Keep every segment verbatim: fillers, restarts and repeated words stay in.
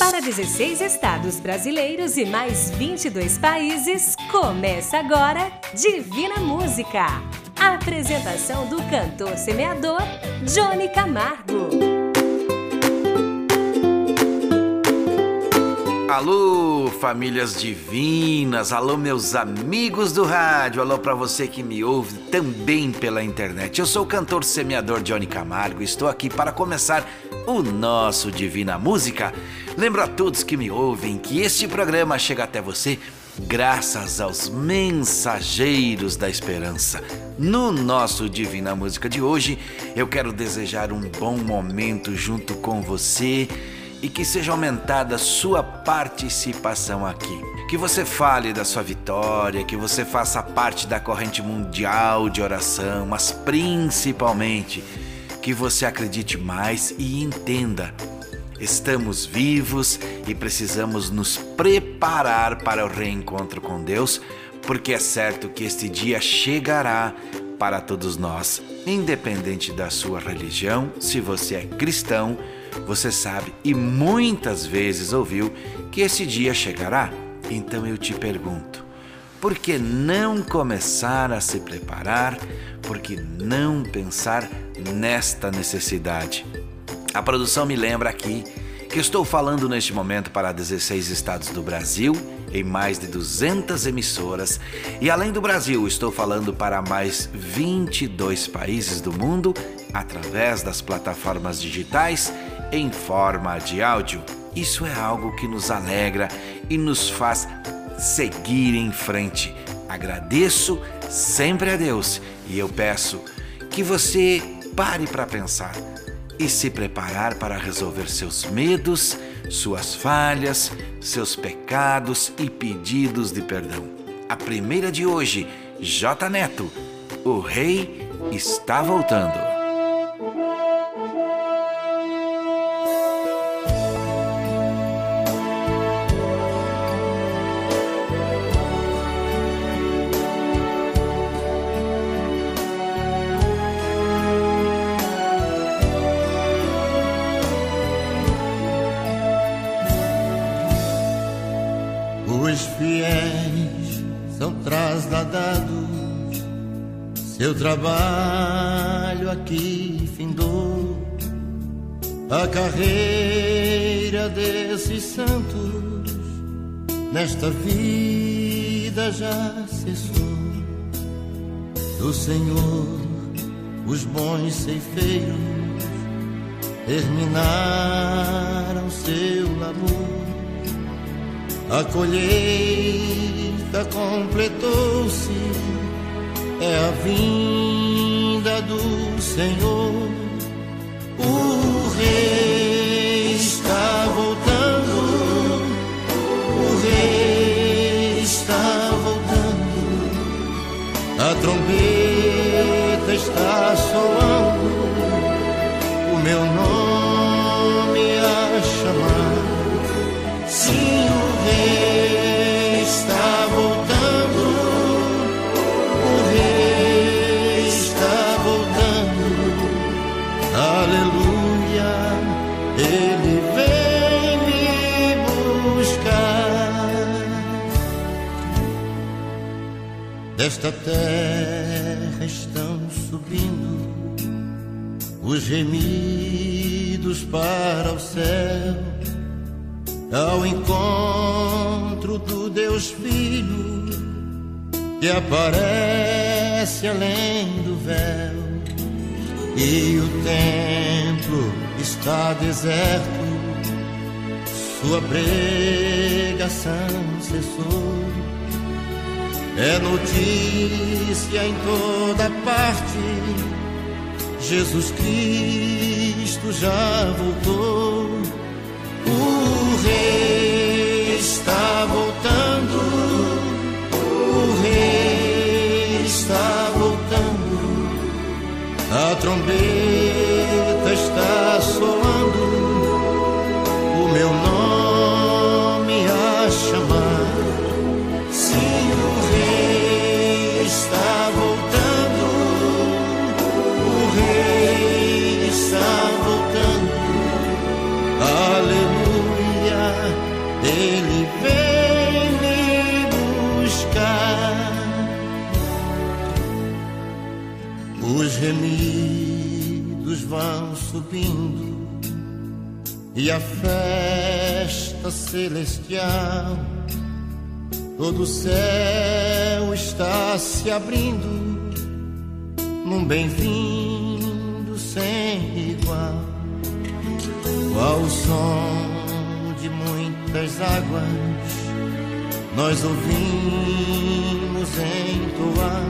Para dezesseis estados brasileiros e mais vinte e dois países, começa agora Divina Música. A apresentação do cantor semeador Johnny Camargo. Alô, famílias divinas, alô meus amigos do rádio, alô pra você que me ouve também pela internet. Eu sou o cantor semeador Johnny Camargo e estou aqui para começar o nosso Divina Música. Lembro a todos que me ouvem que este programa chega até você graças aos mensageiros da esperança. No nosso Divina Música de hoje, eu quero desejar um bom momento junto com você e que seja aumentada a sua participação aqui. Que você fale da sua vitória, que você faça parte da corrente mundial de oração, mas principalmente que você acredite mais e entenda. Estamos vivos e precisamos nos preparar para o reencontro com Deus, porque é certo que este dia chegará para todos nós, independente da sua religião. Se você é cristão, você sabe e muitas vezes ouviu que esse dia chegará. Então eu te pergunto, por que não começar a se preparar? Por que não pensar nesta necessidade? A produção me lembra aqui que estou falando neste momento para dezesseis estados do Brasil, em mais de duzentas emissoras, e além do Brasil, estou falando para mais vinte e dois países do mundo, através das plataformas digitais, em forma de áudio. Isso é algo que nos alegra e nos faz seguir em frente. Agradeço sempre a Deus e eu peço que você pare para pensar e se preparar para resolver seus medos, suas falhas, seus pecados e pedidos de perdão. A primeira de hoje, J Neto, o Rei está voltando. Os fiéis são trasladados, seu trabalho aqui findou. A carreira desses santos nesta vida já cessou. Do Senhor os bons ceifeiros terminaram seu labor. A colheita completou-se, é a vinda do Senhor. O Rei está voltando, o Rei está voltando. A trombeta está soando, o meu nome a chamar. Sim, o Rei está voltando, o Rei está voltando, aleluia, Ele vem me buscar. Desta terra estão subindo os remidos para o céu, ao encontro do Deus Filho que aparece além do véu. E o templo está deserto, sua pregação cessou. É notícia em toda parte, Jesus Cristo já voltou. O Rei está voltando, o Rei está voltando. A trombeta está soando, o meu nome a chamar. Sim, o Rei está voltando, o Rei está voltando. Aleluia, os gemidos vão subindo e a festa celestial, todo o céu está se abrindo num bem-vindo sem igual, qual o som de muitas águas nós ouvimos entoar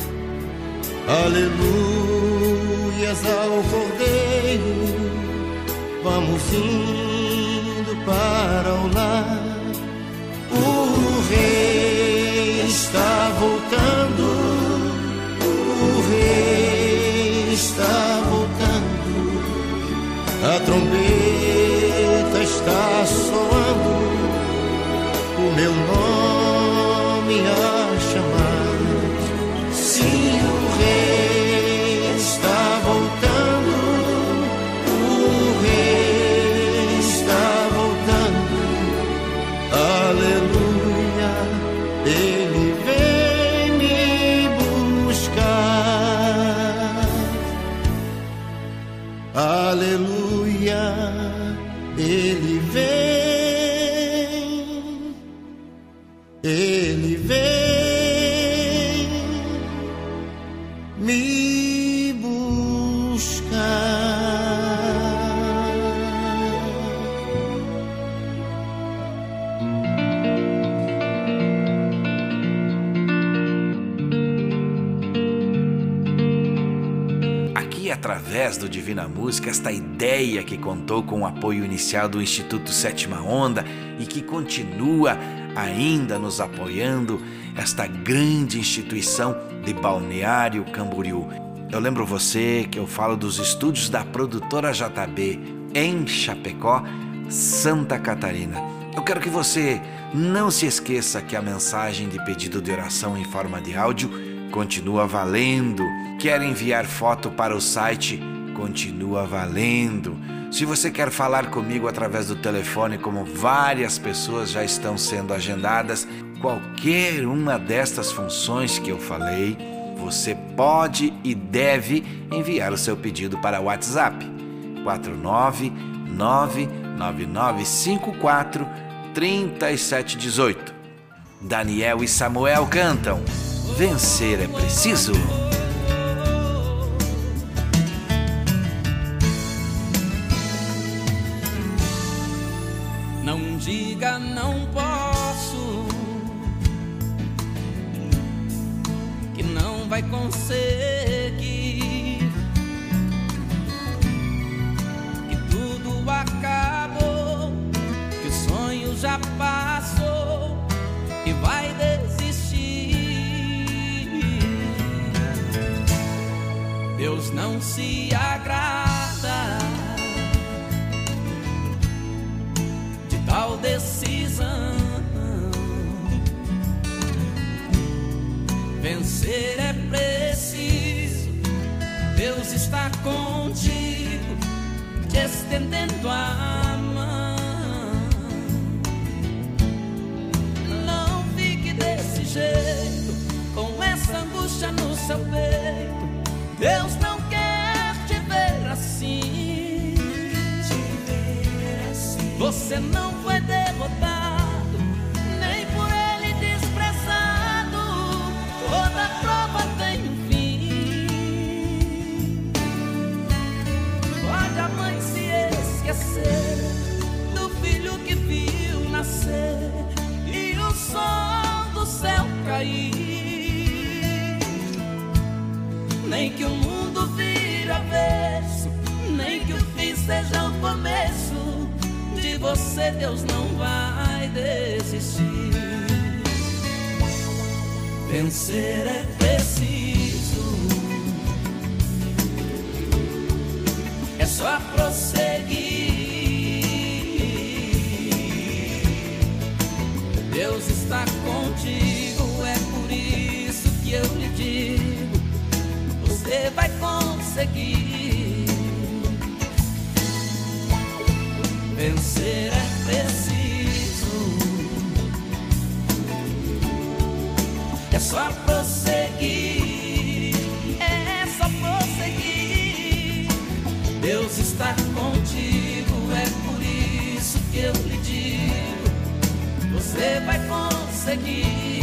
aleluias ao Cordeiro. Vamos indo para o lar, o Rei está voltando, o Rei está voltando, a trombeta está soando, o meu nome a chamar. Sim, o Rei está voltando, o Rei está voltando, aleluia, Ele vem me buscar, aleluia, Ele vem, Ele vem me buscar. Aqui, através do Divina Música, esta ideia que contou com o apoio inicial do Instituto Sétima Onda e que continua ainda nos apoiando, esta grande instituição de Balneário Camboriú. Eu lembro você que eu falo dos estúdios da produtora J B em Chapecó, Santa Catarina. Eu quero que você não se esqueça que a mensagem de pedido de oração em forma de áudio continua valendo. Quer enviar foto para o site? Continua valendo. Se você quer falar comigo através do telefone, como várias pessoas já estão sendo agendadas, qualquer uma destas funções que eu falei, você pode e deve enviar o seu pedido para o WhatsApp quatro nove nove nove nove cinco quatro três sete um oito. Daniel e Samuel cantam Vencer é Preciso. Não diga não posso, que não vai conseguir, que tudo acabou, que o sonho já passou e vai desistir. Deus não se agrada tal decisão. Vencer é preciso, Deus está contigo, te estendendo a mão. Não fique desse jeito, com essa angústia no seu peito. Deus não quer te ver assim. Você não foi derrotado, nem por ele desprezado. Toda prova tem um fim. Pode a mãe se esquecer do filho que viu nascer e o sol do céu cair. Nem que o mundo vire avesso, nem que o fim seja o começo. De você Deus não vai desistir. Vencer é preciso, é só prosseguir. Deus está contigo, é por isso que eu lhe digo, você vai conseguir. Vencer é preciso, é só prosseguir, é só prosseguir. Deus está contigo, é por isso que eu lhe digo, você vai conseguir.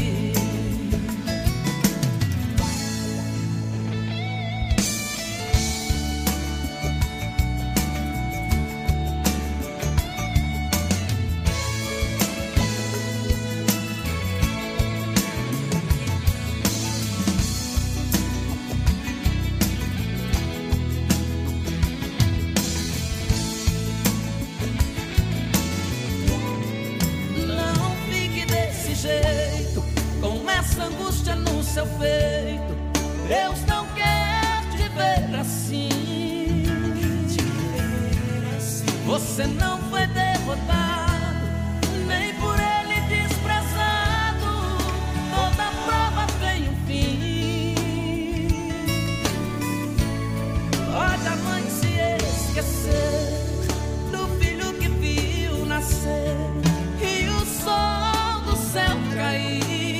Com essa angústia no seu peito, Deus não quer te ver assim. Você não foi derrotado, nem por ele desprezado. Toda prova tem um fim. Pode a mãe se esquecer do filho que viu nascer e o sol do céu cair.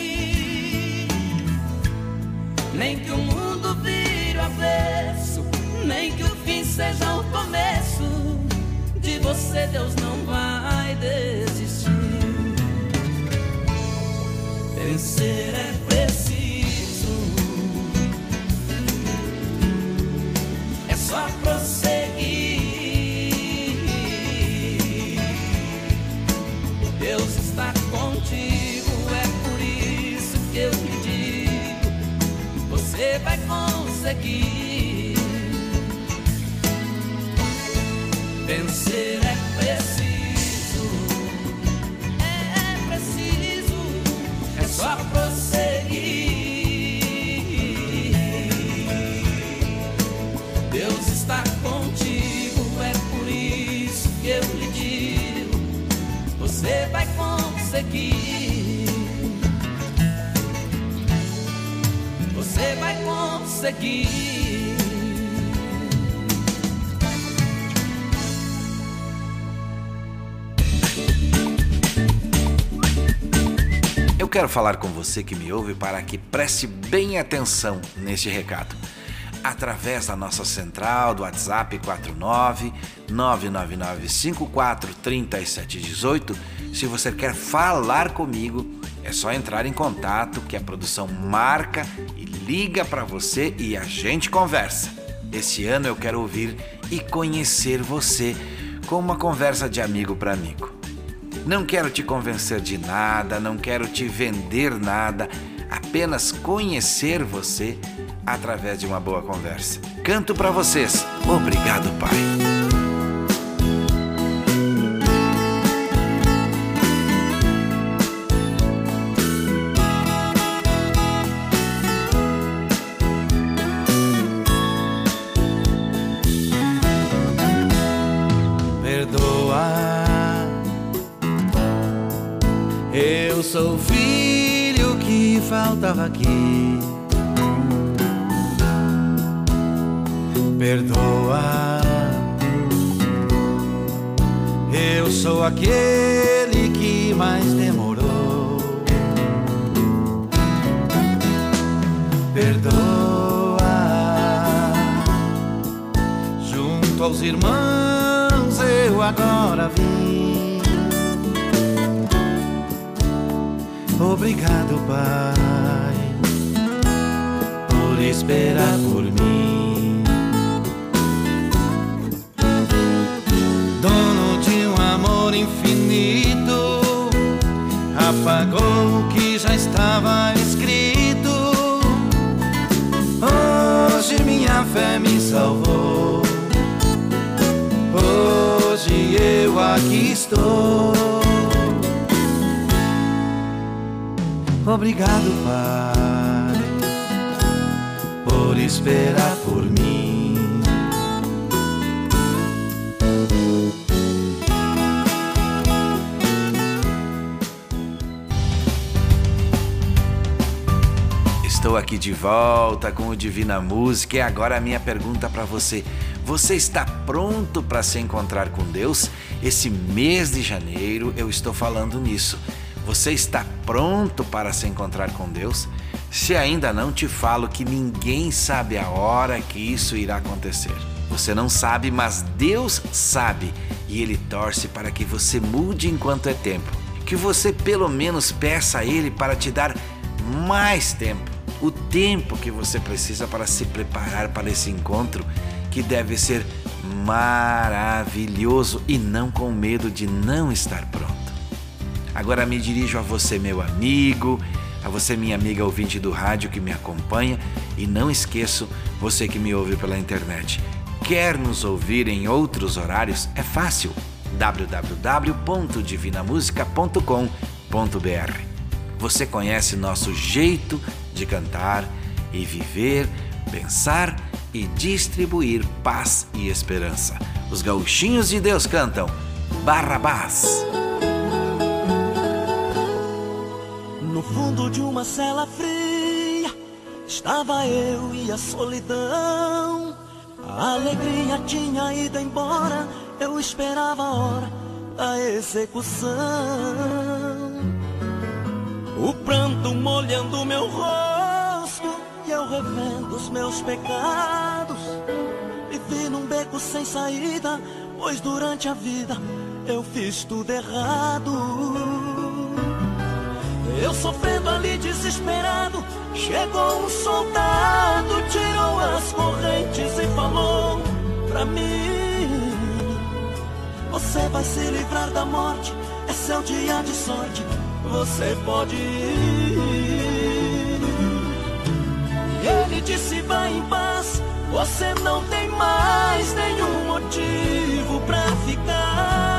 Nem que o mundo vire o avesso, nem que o fim seja o começo, de você Deus não vai desistir. Vencer é preciso, é só prosseguir. Deus está contigo, é por isso que eu lhe digo, você vai conseguir. Vencer é preciso, é preciso, é só prosseguir. Deus está contigo, é por isso que eu lhe digo, você vai conseguir. Você vai conseguir. Eu quero falar com você que me ouve para que preste bem atenção neste recado. Através da nossa central do WhatsApp quatro nove nove nove nove cinco quatro três sete um oito, se você quer falar comigo, é só entrar em contato que a produção marca e liga para você e a gente conversa. Esse ano eu quero ouvir e conhecer você com uma conversa de amigo para amigo. Não quero te convencer de nada, não quero te vender nada, apenas conhecer você através de uma boa conversa. Canto para vocês. Obrigado, Pai. Eu sou o filho que faltava aqui. Perdoa. Eu sou aquele que mais demorou. Perdoa. Junto aos irmãos eu agora vim. Obrigado, Pai, por esperar por mim. Dono de um amor infinito, apagou o que já estava escrito. Hoje minha fé me salvou. Hoje eu aqui estou. Obrigado, Pai, por esperar por mim. Estou aqui de volta com o Divina Música e agora a minha pergunta para você. Você está pronto para se encontrar com Deus? Esse mês de janeiro eu estou falando nisso. Você está pronto para se encontrar com Deus? Se ainda não te falo que ninguém sabe a hora que isso irá acontecer. Você não sabe, mas Deus sabe, e Ele torce para que você mude enquanto é tempo. Que você pelo menos peça a Ele para te dar mais tempo. O tempo que você precisa para se preparar para esse encontro, que deve ser maravilhoso e não com medo de não estar pronto. Agora me dirijo a você, meu amigo, a você, minha amiga ouvinte do rádio que me acompanha, e não esqueço, você que me ouve pela internet. Quer nos ouvir em outros horários? É fácil. w w w ponto divina música ponto com ponto b r. Você conhece nosso jeito de cantar e viver, pensar e distribuir paz e esperança. Os gauchinhos de Deus cantam Barrabás. No fundo de uma cela fria estava eu e a solidão. A alegria tinha ido embora, eu esperava a hora da execução. O pranto molhando meu rosto e eu revendo os meus pecados. Vivi num beco sem saída, pois durante a vida eu fiz tudo errado. Eu sofrendo ali desesperado, chegou um soldado, tirou as correntes e falou pra mim: você vai se livrar da morte, é seu dia de sorte, você pode ir. E ele disse: vai em paz, você não tem mais nenhum motivo pra ficar.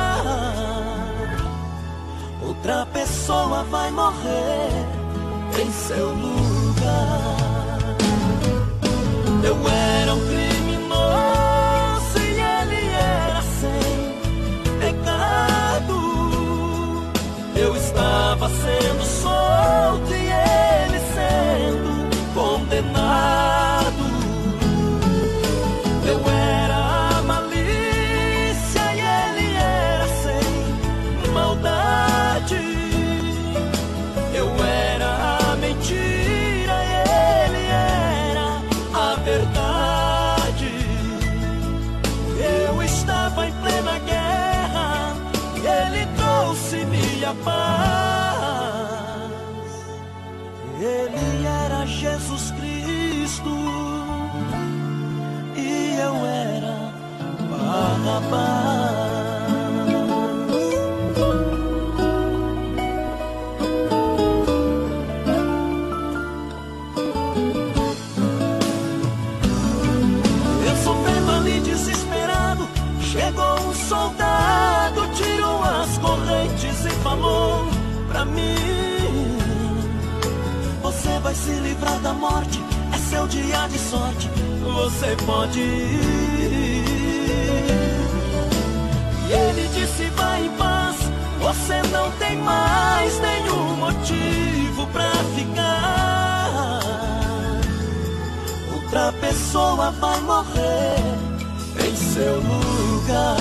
Outra pessoa vai morrer em seu lugar. Eu era um criminoso e ele era sem pecado. Eu estava sendo solto e ele sendo condenado. Eu era a malícia e ele era sem maldade. Eu era a mentira e ele era a verdade. Eu estava em plena guerra e ele trouxe-me a paz. Ele era Jesus Cristo e eu era Barrabás. Chegou um soldado, tirou as correntes e falou pra mim: você vai se livrar da morte, é seu dia de sorte, você pode ir. E ele disse: vai em paz, você não tem mais nenhum motivo pra ficar. Outra pessoa vai morrer em seu lugar.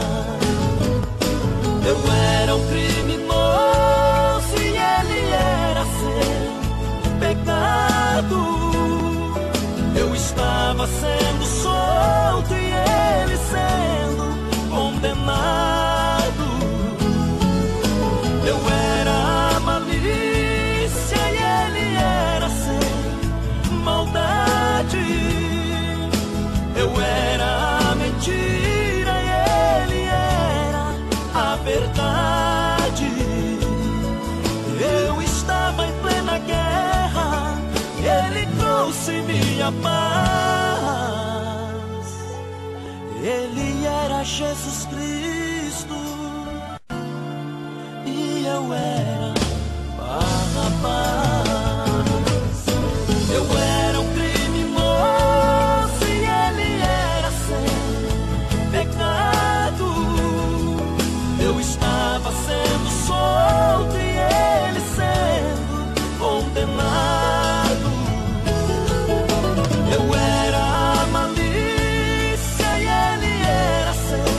Eu era um criminoso e ele era sem pecado. Eu estava sendo solto e ele sendo condenado. Eu era a malícia e ele era sem maldade. Eu era a mentira e ele era a verdade. Eu estava em plena guerra, ele trouxe-me a paz. Ele era Jesus Cristo e eu era Barrabás. Eu era um criminoso e ele era sem pecado. Eu estava sendo solto e ele sendo condenado. Eu era a malícia e ele era sem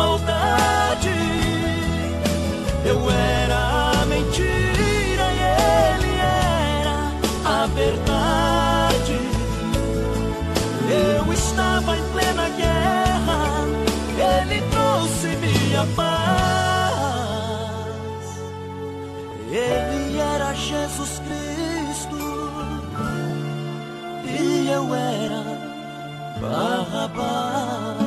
maldade. Eu era a mentira e Jesus Cristo e eu era Barrabás.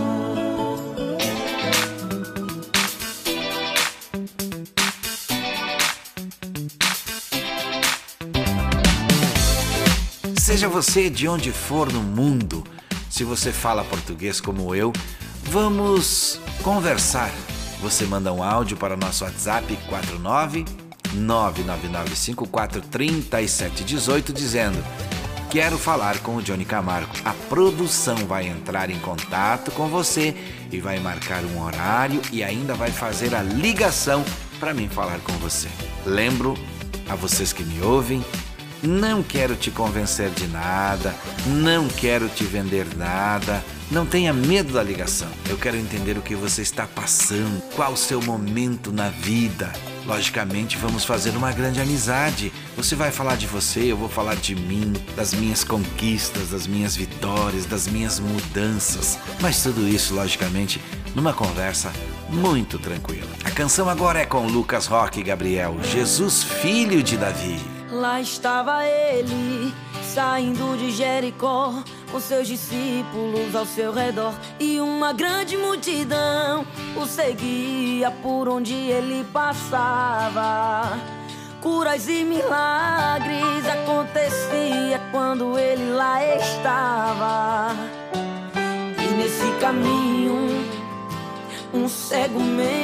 Seja você de onde for no mundo, se você fala português como eu, vamos conversar. Você manda um áudio para o nosso WhatsApp quatro nove nove nove nove cinco quatro três sete um oito dizendo: quero falar com o Johnny Camargo. A produção vai entrar em contato com você e vai marcar um horário e ainda vai fazer a ligação para mim falar com você. Lembro a vocês que me ouvem, não quero te convencer de nada, não quero te vender nada, não tenha medo da ligação. Eu quero entender o que você está passando, qual o seu momento na vida. Logicamente, vamos fazer uma grande amizade. Você vai falar de você, eu vou falar de mim, das minhas conquistas, das minhas vitórias, das minhas mudanças. Mas tudo isso, logicamente, numa conversa muito tranquila. A canção agora é com Lucas Roque e Gabriel, Jesus, Filho de Davi. Lá estava ele, saindo de Jericó, com seus discípulos ao seu redor, e uma grande multidão o seguia por onde ele passava. Curas e milagres acontecia quando ele lá estava. E nesse caminho um cego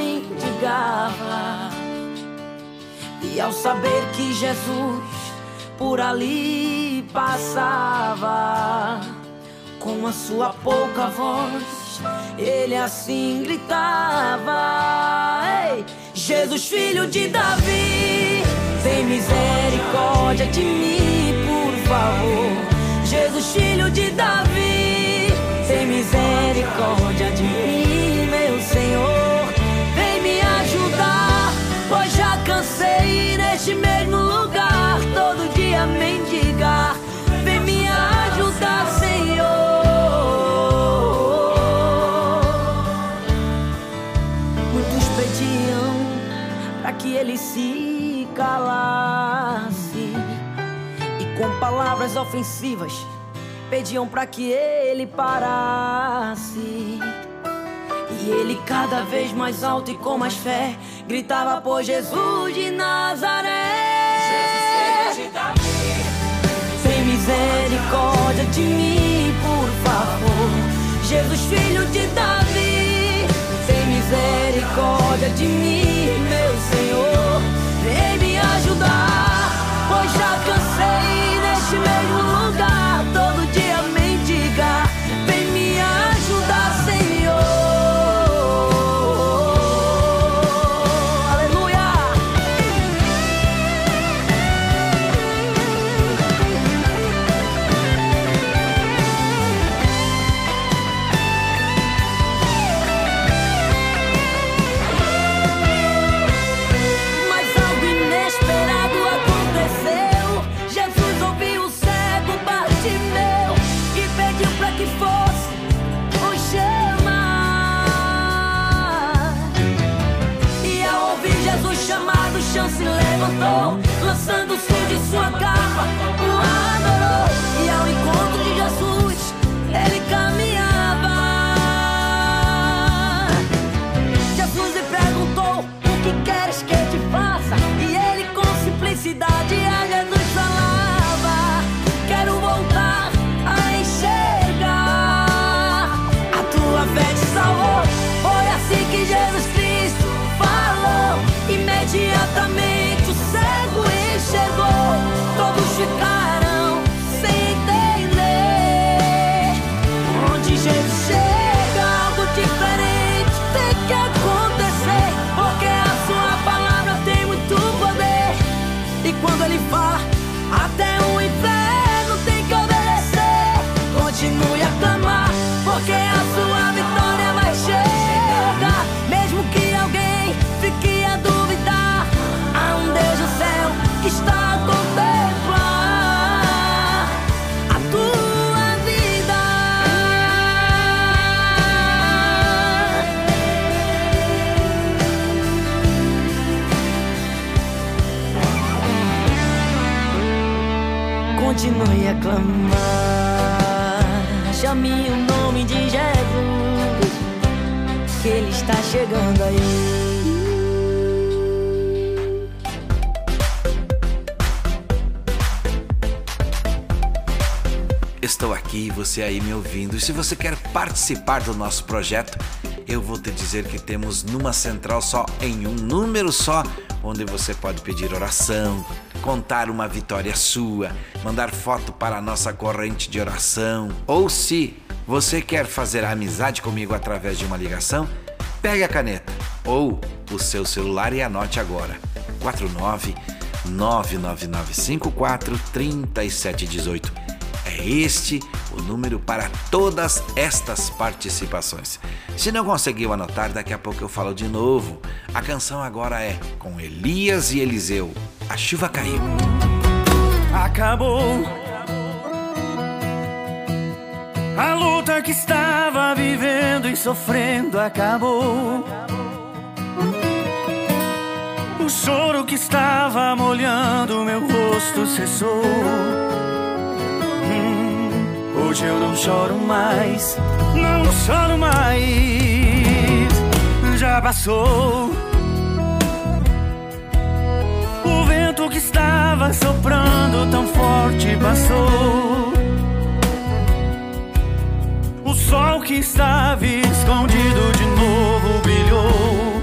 mendigava. E ao saber que Jesus por ali passava, com a sua pouca voz, ele assim gritava: Ei, Jesus, filho de Davi, tem misericórdia de mim, por favor. Jesus, filho de Davi, tem misericórdia de mim, meu Senhor. Vem me ajudar, pois já cansei neste mesmo lugar, todo dia mendigar. Vem me ajudar, Senhor. Muitos pediam para que ele se calasse, e com palavras ofensivas pediam para que ele parasse. E ele cada vez mais alto e com mais fé gritava por Jesus de Nazaré: Jesus, filho de Davi, tem misericórdia de mim, por favor. Jesus, filho de Davi, tem misericórdia de mim, meu Senhor. Vem me ajudar, pois já cansei neste mesmo lugar, todo dia mendigar. Vem me ajudar, Senhor. Se levantou, lançando-se de sua capa, o adorou, e ao encontro de Jesus ele caminhava. Jesus lhe perguntou: o que queres que te faça? E ele com simplicidade a Jesus falava: quero voltar a enxergar. A tua fé te salvou. Foi assim que Jesus Cristo falou. Imediatamente o cego enxergou, todos ficaram clamar. Chame o nome de Jesus, que Ele está chegando aí. Estou aqui, você aí me ouvindo. E se você quer participar do nosso projeto, eu vou te dizer que temos numa central só, em um número só, onde você pode pedir oração, contar uma vitória sua, mandar foto para a nossa corrente de oração. Ou se você quer fazer amizade comigo através de uma ligação, pegue a caneta ou o seu celular e anote agora: quatro nove nove nove nove cinco quatro três sete um oito. É este o número para todas estas participações. Se não conseguiu anotar, daqui a pouco eu falo de novo. A canção agora é com Elias e Eliseu, A Chuva Caiu. Acabou a luta que estava vivendo e sofrendo, acabou. O choro que estava molhando meu rosto cessou. Hoje eu não choro mais, não choro mais, já passou. O vento que estava soprando tão forte passou. O sol que estava escondido de novo brilhou.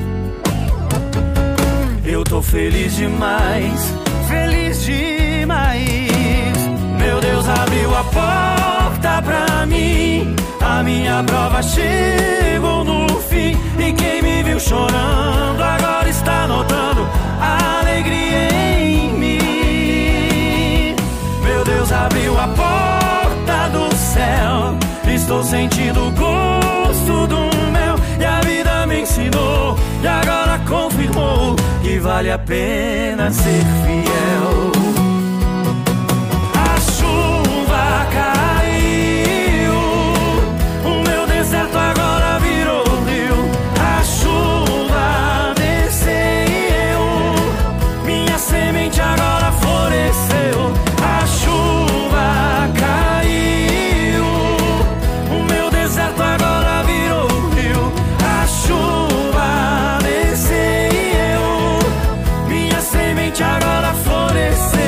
Eu tô feliz demais, feliz demais. Meu Deus abriu a porta pra mim, a minha prova chegou no fim. E quem me viu chorando agora está notando a alegria em mim. Meu Deus abriu a porta do céu, estou sentindo o gosto do mel. E a vida me ensinou e agora confirmou que vale a pena ser fiel. Caiu, o meu deserto agora virou rio. A chuva desceu, minha semente agora floresceu. A chuva caiu, o meu deserto agora virou rio. A chuva desceu, minha semente agora floresceu.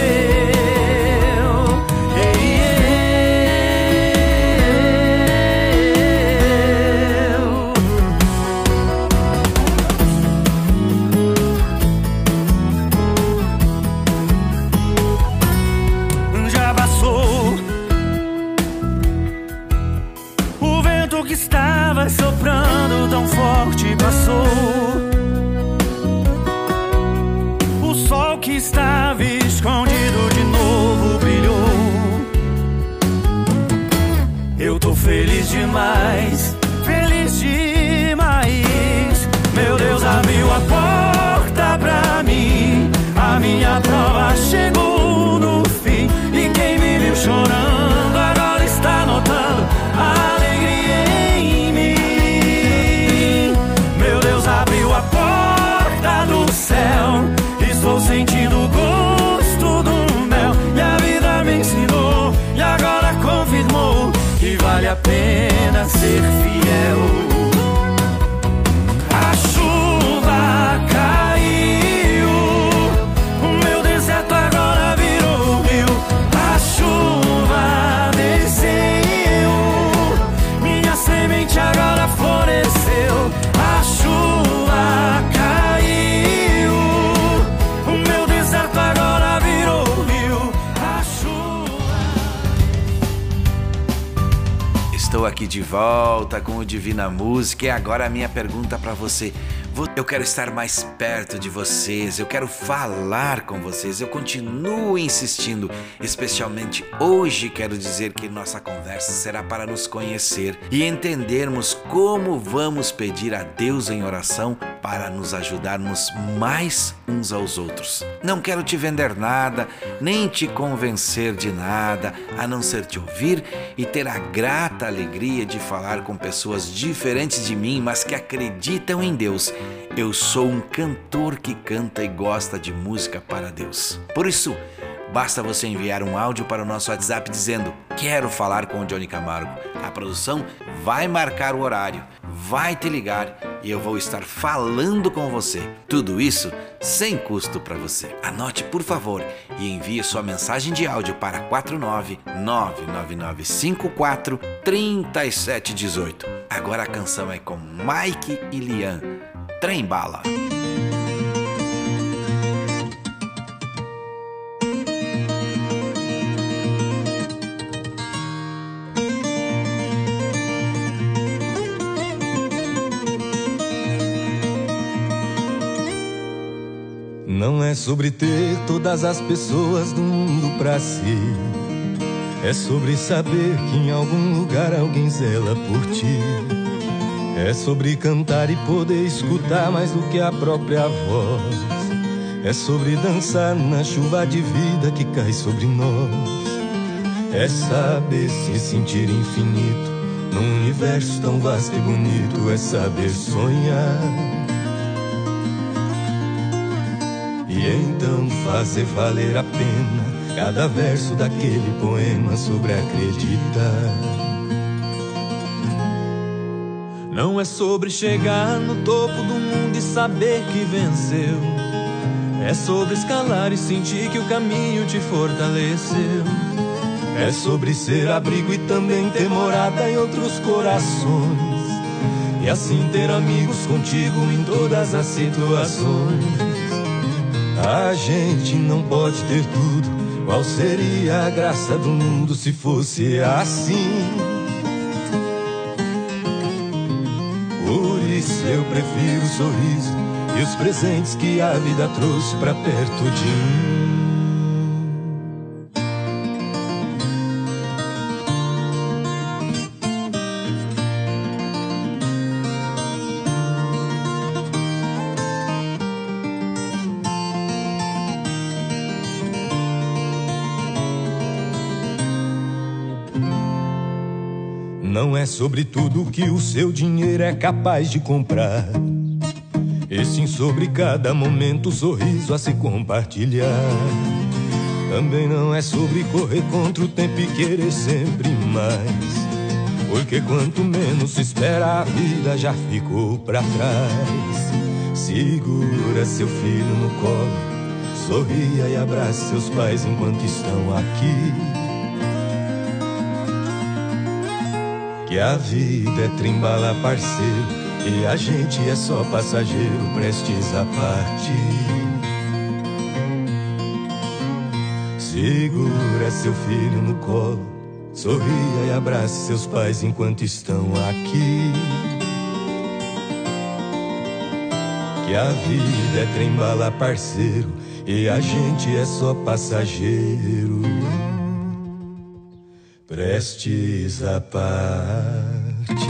Soprando tão forte passou. O sol que estava escondido de novo brilhou. Eu tô feliz demais, feliz demais. Meu Deus abriu a porta pra mim, a minha prova chegou no fim. E quem me viu chorando agora está notando a alegria em mim. Abriu a porta do céu, estou sentindo o gosto do mel. E a vida me ensinou e agora confirmou que vale a pena ser fiel. A chuva caiu, o meu deserto agora virou rio. A chuva desceu, minha semente agora floresceu. A chuva caiu, o meu deserto agora virou rio. A chuva. Estou aqui de volta com o Divina Música e agora a minha pergunta para você. Eu quero estar mais perto de vocês, eu quero falar com vocês, eu continuo insistindo, especialmente hoje quero dizer que nossa conversa será para nos conhecer e entendermos como vamos pedir a Deus em oração para nos ajudarmos mais uns aos outros. Não quero te vender nada, nem te convencer de nada, a não ser te ouvir e ter a grata alegria de falar com pessoas diferentes de mim, mas que acreditam em Deus. Eu sou um cantor que canta e gosta de música para Deus. Por isso, Basta você enviar um áudio para o nosso WhatsApp dizendo: quero falar com o Johnny Camargo. A produção vai marcar o horário, vai te ligar e eu vou estar falando com você. Tudo isso sem custo para você. Anote, por favor, e envie sua mensagem de áudio para quatro nove nove nove nove cinco quatro três sete um oito. Agora a canção é com Mike e Lian, Trem Bala. Não é sobre ter todas as pessoas do mundo pra si. É sobre saber que em algum lugar alguém zela por ti. É sobre cantar e poder escutar mais do que a própria voz. É sobre dançar na chuva de vida que cai sobre nós. É saber se sentir infinito num universo tão vasto e bonito. É saber sonhar e então fazer valer a pena cada verso daquele poema sobre acreditar. Não é sobre chegar no topo do mundo e saber que venceu. É sobre escalar e sentir que o caminho te fortaleceu. É sobre ser abrigo e também ter morada em outros corações. E assim ter amigos contigo em todas as situações. A gente não pode ter tudo. Qual seria a graça do mundo se fosse assim? Por isso eu prefiro o sorriso e os presentes que a vida trouxe pra perto de mim. Não é sobre tudo que o seu dinheiro é capaz de comprar, e sim sobre cada momento, sorriso a se compartilhar. Também não é sobre correr contra o tempo e querer sempre mais, porque quanto menos se espera a vida já ficou pra trás. Segura seu filho no colo, sorria e abrace seus pais enquanto estão aqui. Que a vida é trem-bala, parceiro, e a gente é só passageiro, prestes a partir. Segura seu filho no colo, sorria e abrace seus pais enquanto estão aqui. Que a vida é trem-bala, parceiro, e a gente é só passageiro, prestes a partir.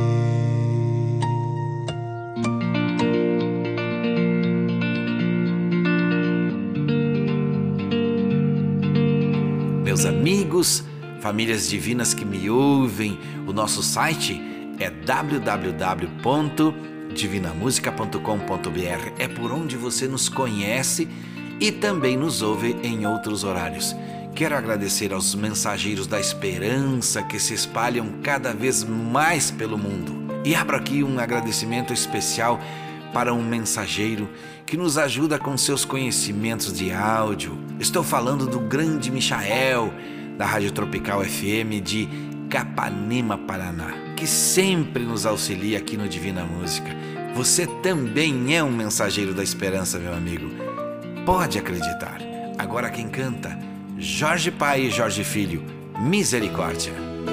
Meus amigos, famílias divinas que me ouvem, o nosso site é w w w ponto divina música ponto com ponto b r. É por onde você nos conhece e também nos ouve em outros horários. Quero agradecer aos mensageiros da esperança que se espalham cada vez mais pelo mundo. E abro aqui um agradecimento especial para um mensageiro que nos ajuda com seus conhecimentos de áudio. Estou falando do grande Michael, da Rádio Tropical F M de Capanema, Paraná, que sempre nos auxilia aqui no Divina Música. Você também é um mensageiro da esperança, meu amigo. Pode acreditar. Agora quem canta: Jorge Pai e Jorge Filho, Misericórdia.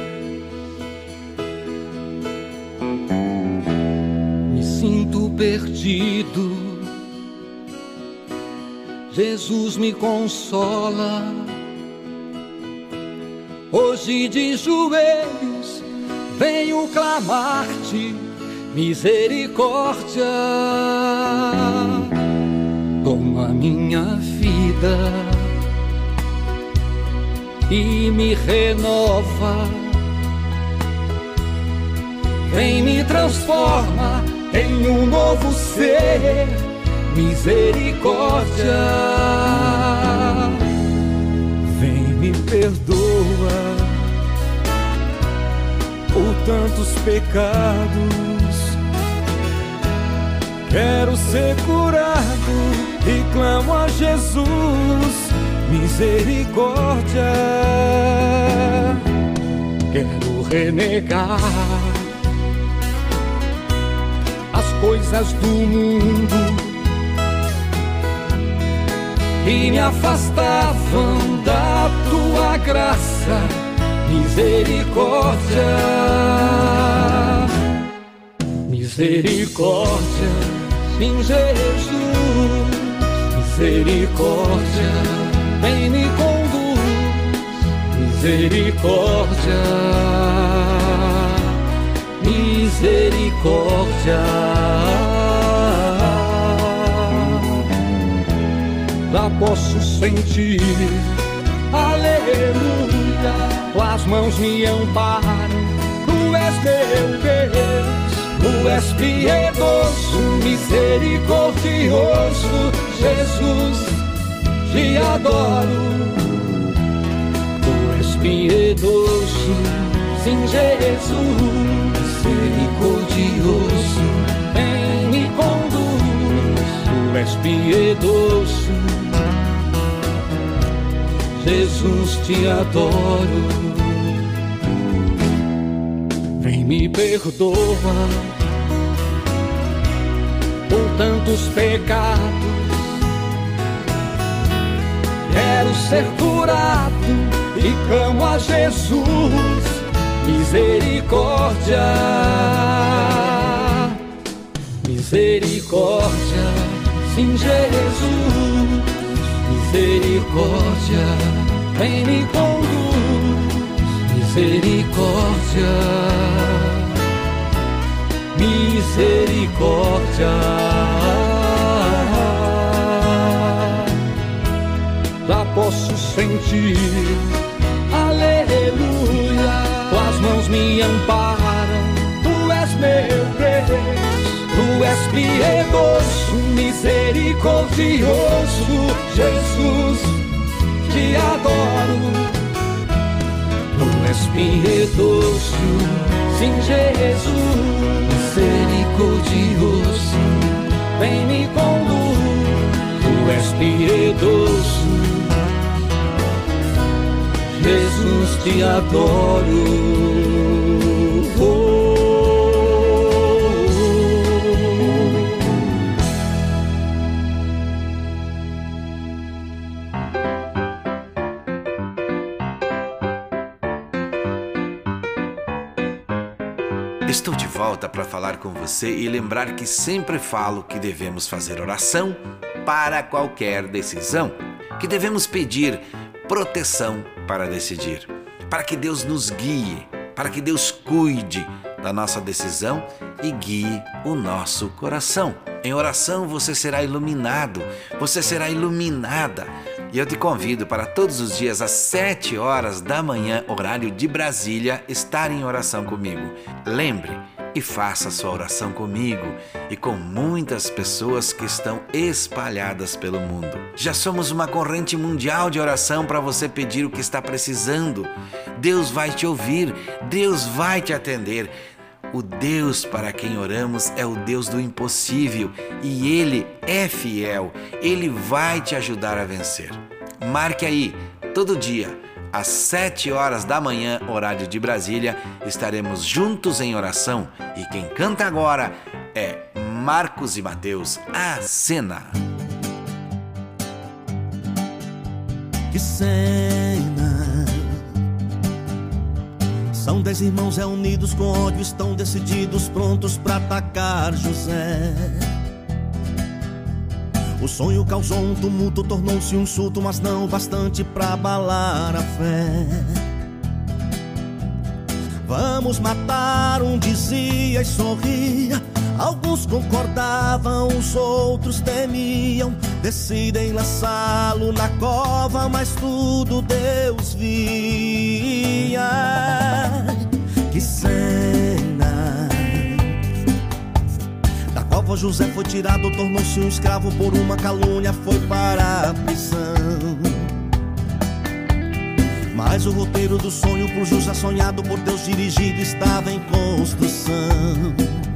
Me sinto perdido, Jesus me consola. Hoje de joelhos venho clamar-te misericórdia. Toma minha vida e me renova, vem me transforma em um novo ser, misericórdia. perdoa por tantos pecados. Quero ser curado e clamo a Jesus misericórdia. Quero renegar as coisas do mundo que me afastavam da tua graça, misericórdia, misericórdia, sim, Jesus, misericórdia, vem me conduz, misericórdia, misericórdia. Já posso sentir, aleluia, tuas mãos me amparam, tu és meu Deus, tu és piedoso, misericordioso, Jesus, te adoro. Tu és piedoso, sim, Jesus, misericordioso, vem me conduz, tu és piedoso, Jesus, te adoro. Vem me perdoa por tantos pecados. Quero ser curado e clamo a Jesus misericórdia, misericórdia, sim, Jesus, misericórdia, vem me conduz, misericórdia, misericórdia. Já posso sentir, aleluia, tuas mãos me amparam, tu és meu Deus, tu és piedoso, misericordioso, Jesus, te adoro. Tu és piedoso, sim, Jesus, misericordioso, vem me conduz, tu és piedoso, Jesus, te adoro. Oh, Estou de volta para falar com você e lembrar que sempre falo que devemos fazer oração para qualquer decisão, que devemos pedir proteção para decidir, para que Deus nos guie, para que Deus cuide da nossa decisão e guie o nosso coração. Em oração você será iluminado, você será iluminada. E eu te convido para todos os dias às sete horas da manhã, horário de Brasília, estar em oração comigo. Lembre e faça sua oração comigo e com muitas pessoas que estão espalhadas pelo mundo. Já somos uma corrente mundial de oração para você pedir o que está precisando. Deus vai te ouvir, Deus vai te atender. O Deus para quem oramos é o Deus do impossível e Ele é fiel. Ele vai te ajudar a vencer. Marque aí, todo dia, às sete horas da manhã, horário de Brasília, estaremos juntos em oração. E quem canta agora é Marcos e Mateus, a cena. Que cena! São dez irmãos reunidos com ódio, estão decididos, prontos pra atacar José. O sonho causou um tumulto, tornou-se um insulto, mas não bastante pra abalar a fé. Vamos matar, um dizia e sorria. Alguns concordavam, os outros temiam. Decidem lançá-lo na cova, mas tudo Deus via. Que cena! Da cova José foi tirado, tornou-se um escravo por uma calúnia, foi para a prisão. Mas o roteiro do sonho por José sonhado, por Deus dirigido, estava em construção.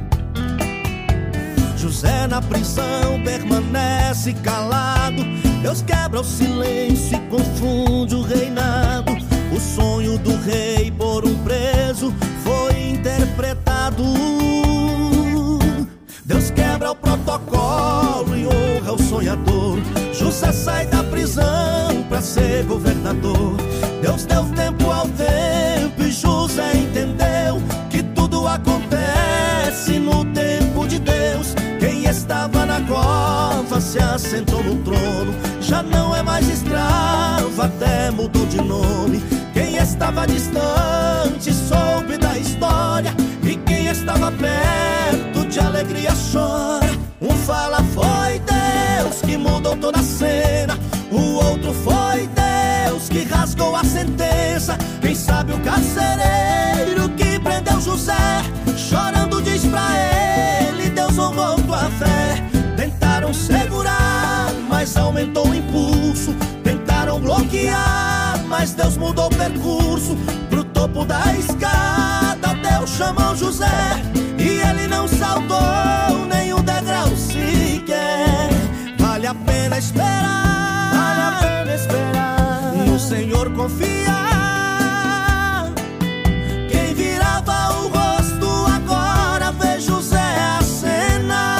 José na prisão permanece calado. Deus quebra o silêncio e confunde o reinado. O sonho do rei por um preso foi interpretado. Deus quebra o protocolo e honra o sonhador. José sai da prisão pra ser governador. Deus deu tempo ao tempo e José entendeu que tudo acontece no tempo de Deus. Quem estava na cova se assentou no trono. Já não é mais escravo, até mudou de nome. Quem estava distante soube da história, e quem estava perto de alegria chora. Um fala foi Deus que mudou toda a cena, o outro foi Deus que rasgou a sentença. Quem sabe o carcereiro que prendeu José, chorando diz pra ele: Deus honrou tua fé. Tentaram segurar, mas aumentou o impulso. Tentaram bloquear, mas Deus mudou o percurso. Pro topo da escada Deus chamou José, e ele não saltou nenhum degrau sequer. Vale a pena esperar, vale a pena esperar, no Senhor confiar. Quem virava o rosto agora vê José acenar.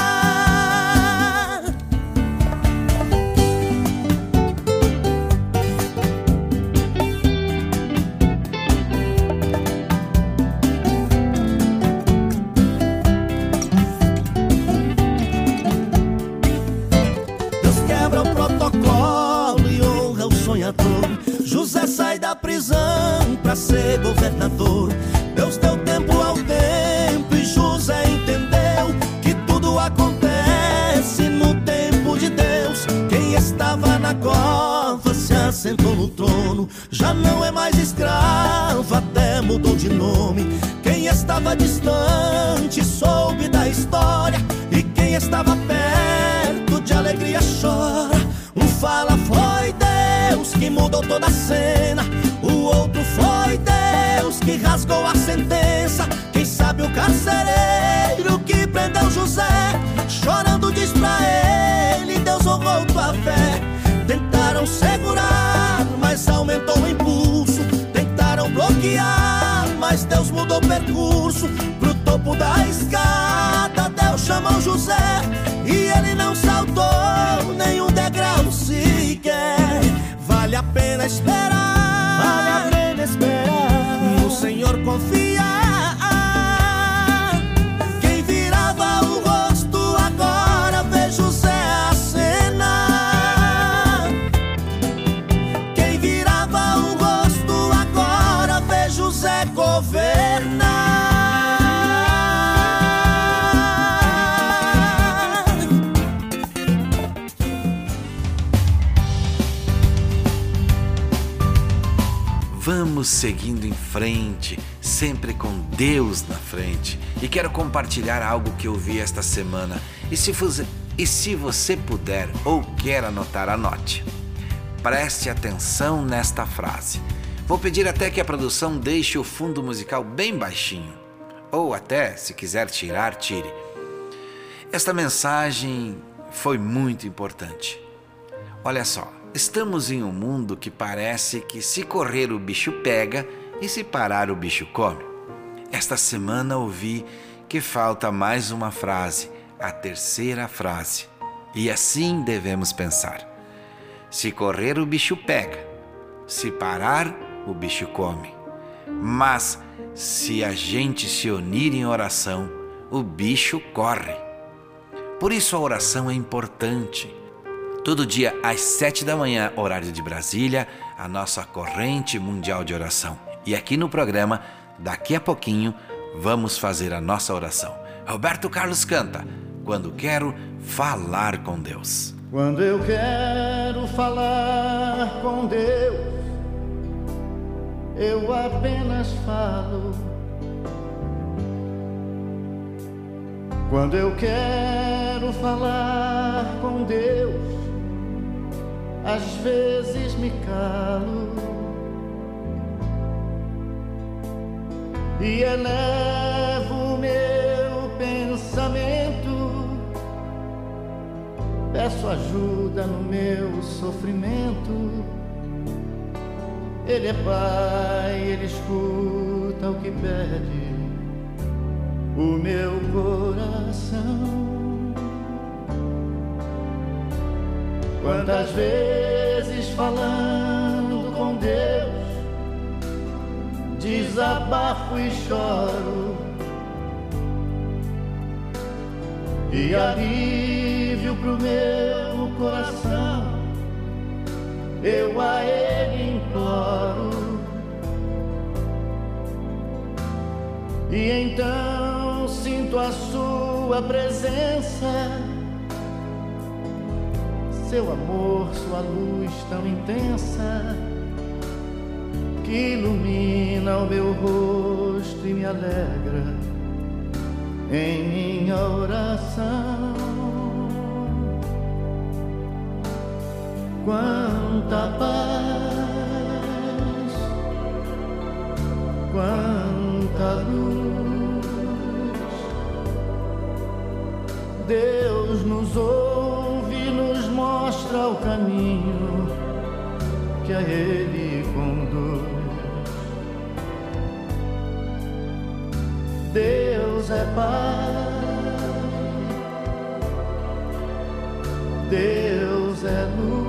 José sai da prisão pra ser governador. Deus deu tempo ao tempo e José entendeu que tudo acontece no tempo de Deus. Quem estava na cova se assentou no trono. Já não é mais escravo, até mudou de nome. Quem estava distante soube da história, e quem estava perto de alegria chora. Um fala foi Deus que mudou toda a cena, o outro foi Deus que rasgou a sentença. Quem sabe o carcereiro que prendeu José, chorando diz pra ele: Deus honrou tua fé. Tentaram segurar, mas aumentou o impulso. Tentaram bloquear, mas Deus mudou o percurso. Pro topo da escada Deus chamou José, e ele não saltou nenhum degrau sequer. Vale a pena esperar, vale a pena esperar, no Senhor confiar. Quem virava o rosto agora vê José acenar. Quem virava o rosto agora vê José governar. Vamos seguindo em frente, sempre com Deus na frente. E quero compartilhar algo que eu vi esta semana. E se você, e se você puder ou quer anotar, anote. Preste atenção nesta frase. Vou pedir até que a produção deixe o fundo musical bem baixinho. Ou até, se quiser tirar, tire. Esta mensagem foi muito importante. Olha só. Estamos em um mundo que parece que se correr o bicho pega e se parar o bicho come. Esta semana ouvi que falta mais uma frase, a terceira frase. E assim devemos pensar. Se correr o bicho pega, se parar o bicho come. Mas se a gente se unir em oração, o bicho corre. Por isso a oração é importante. Todo dia às sete da manhã, horário de Brasília, a nossa corrente mundial de oração. E aqui no programa, daqui a pouquinho, vamos fazer a nossa oração. Roberto Carlos canta, Quando Quero Falar com Deus. Quando eu quero falar com Deus, eu apenas falo. Quando eu quero falar com Deus, às vezes me calo. e elevo o meu pensamento. Peço ajuda no meu sofrimento. Ele é Pai, Ele escuta o que pede o meu coração. Quantas vezes falando com Deus, desabafo e choro, e alívio pro meu coração eu a Ele imploro. E então sinto a sua presença, seu amor, sua luz tão intensa, que ilumina o meu rosto e me alegra em minha oração. Quanta paz, quanta luz, Deus nos ouve, nos mostra o caminho que a Ele conduz. Deus é Pai, Deus é luz,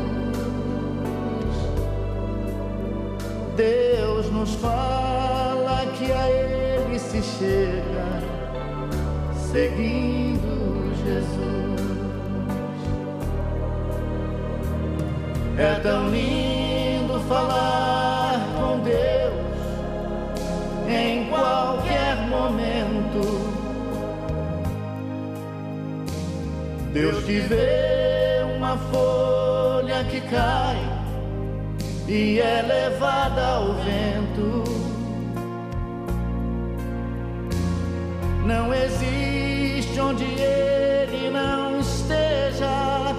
Deus nos fala que a Ele se chega seguindo Jesus. É tão lindo falar com Deus em qualquer momento. Deus que vê uma folha que cai e é levada ao vento. Não existe onde Ele não esteja.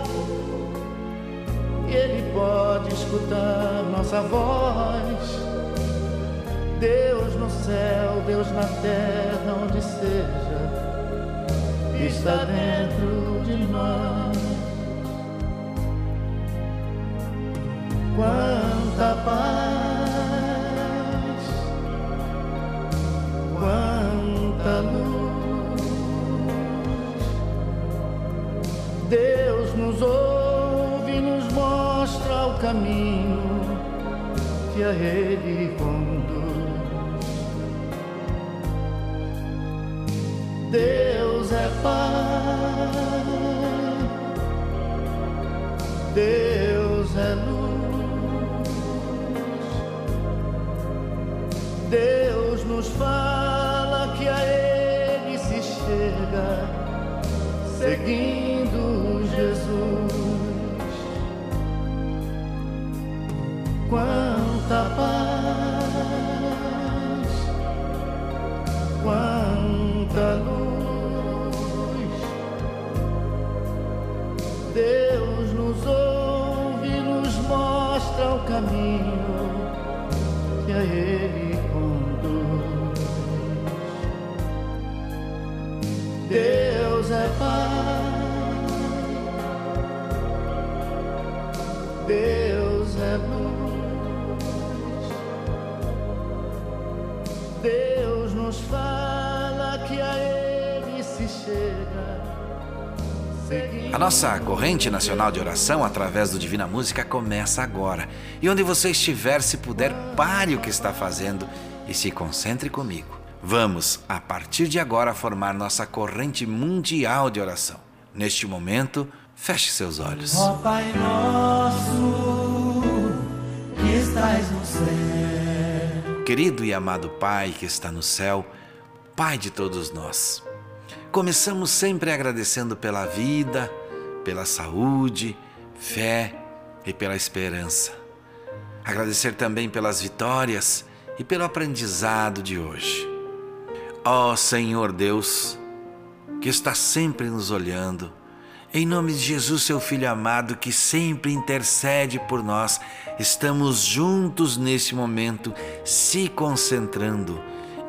Ele pode escutar nossa voz. Deus no céu, Deus na terra, onde seja, está dentro de nós. Quanta paz, quanta luz, Deus nos ouve e nos mostra o caminho que a Ele conduz. Deus é Pai, Deus é luz, Deus nos fala que a Ele se chega seguindo Jesus. Quanta paz, quanta luz, Deus nos ouve e nos mostra o caminho que a Ele conduz. Deus é Pai, Deus é luz, Deus nos fala que a Ele se chega. A nossa corrente nacional de oração através do Divina Música começa agora. E onde você estiver, se puder, pare o que está fazendo e se concentre comigo. Vamos, a partir de agora, formar nossa corrente mundial de oração. Neste momento, feche seus olhos. Ó Pai nosso, que estás no céu. Querido e amado Pai que está no céu, Pai de todos nós, começamos sempre agradecendo pela vida, pela saúde, fé e pela esperança. Agradecer também pelas vitórias e pelo aprendizado de hoje. Ó Senhor Deus, que está sempre nos olhando, em nome de Jesus, seu Filho amado, que sempre intercede por nós, estamos juntos nesse momento, se concentrando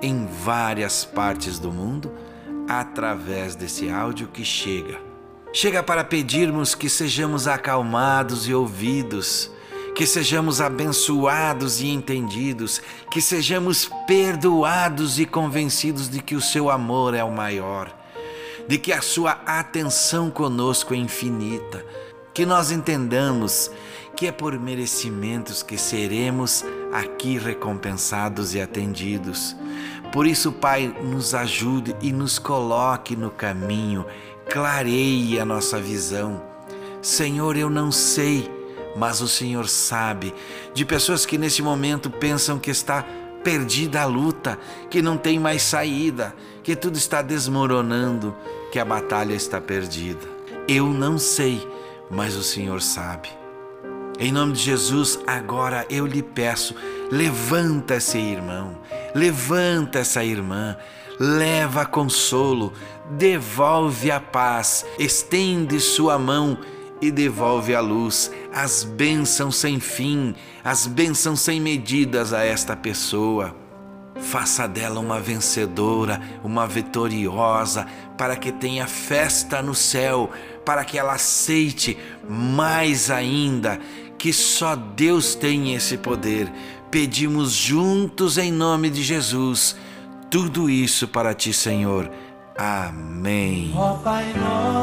em várias partes do mundo através desse áudio que chega. Chega para pedirmos que sejamos acalmados e ouvidos, que sejamos abençoados e entendidos, que sejamos perdoados e convencidos de que o seu amor é o maior, de que a sua atenção conosco é infinita, que nós entendamos que é por merecimentos que seremos aqui recompensados e atendidos. Por isso, Pai, nos ajude e nos coloque no caminho, clareie a nossa visão. Senhor, eu não sei, mas o Senhor sabe, de pessoas que nesse momento pensam que está perdida a luta, que não tem mais saída, que tudo está desmoronando, que a batalha está perdida. Eu não sei, mas o Senhor sabe. Em nome de Jesus, agora eu lhe peço, levanta esse irmão, levanta essa irmã, leva consolo, devolve a paz, estende sua mão e devolve a luz, as bênçãos sem fim, as bênçãos sem medidas a esta pessoa. Faça dela uma vencedora, uma vitoriosa, para que tenha festa no céu, para que ela aceite mais ainda que só Deus tem esse poder. Pedimos juntos em nome de Jesus, tudo isso para ti, Senhor. Amém. Ó Pai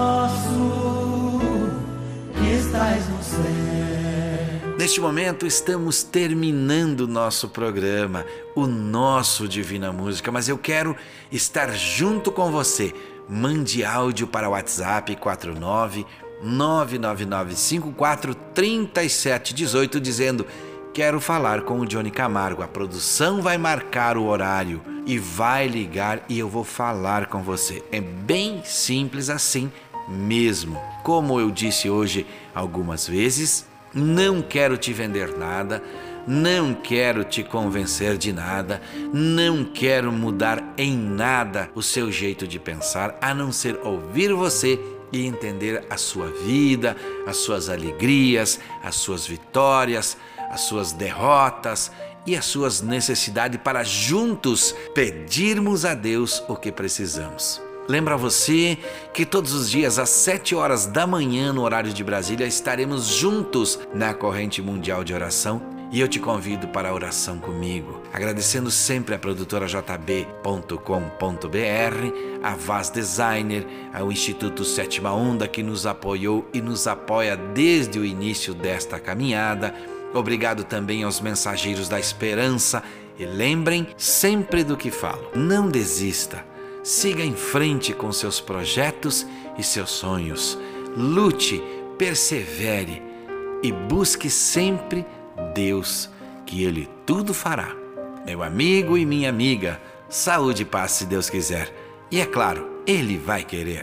nosso, que estais no céu. Neste momento estamos terminando o nosso programa, o nosso Divina Música, mas eu quero estar junto com você. Mande áudio para o WhatsApp quatro nove nove nove nove cinco quatro três sete um oito dizendo: quero falar com o Johnny Camargo. A produção vai marcar o horário e vai ligar e eu vou falar com você. É bem simples assim mesmo. Como eu disse hoje algumas vezes, não quero te vender nada, não quero te convencer de nada, não quero mudar em nada o seu jeito de pensar, a não ser ouvir você e entender a sua vida, as suas alegrias, as suas vitórias, as suas derrotas e as suas necessidades, para juntos pedirmos a Deus o que precisamos. Lembra você que todos os dias às sete horas da manhã no horário de Brasília estaremos juntos na corrente mundial de oração. E eu te convido para a oração comigo, agradecendo sempre a produtora j b ponto com ponto b r, a Vaz Designer, ao Instituto Sétima Onda que nos apoiou e nos apoia desde o início desta caminhada. Obrigado também aos mensageiros da esperança e lembrem sempre do que falo. Não desista, siga em frente com seus projetos e seus sonhos. Lute, persevere e busque sempre Deus, que Ele tudo fará. Meu amigo e minha amiga, saúde e paz se Deus quiser. E é claro, Ele vai querer.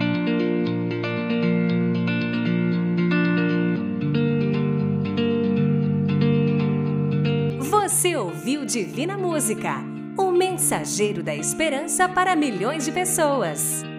Você ouviu Divina Música, o mensageiro da esperança para milhões de pessoas.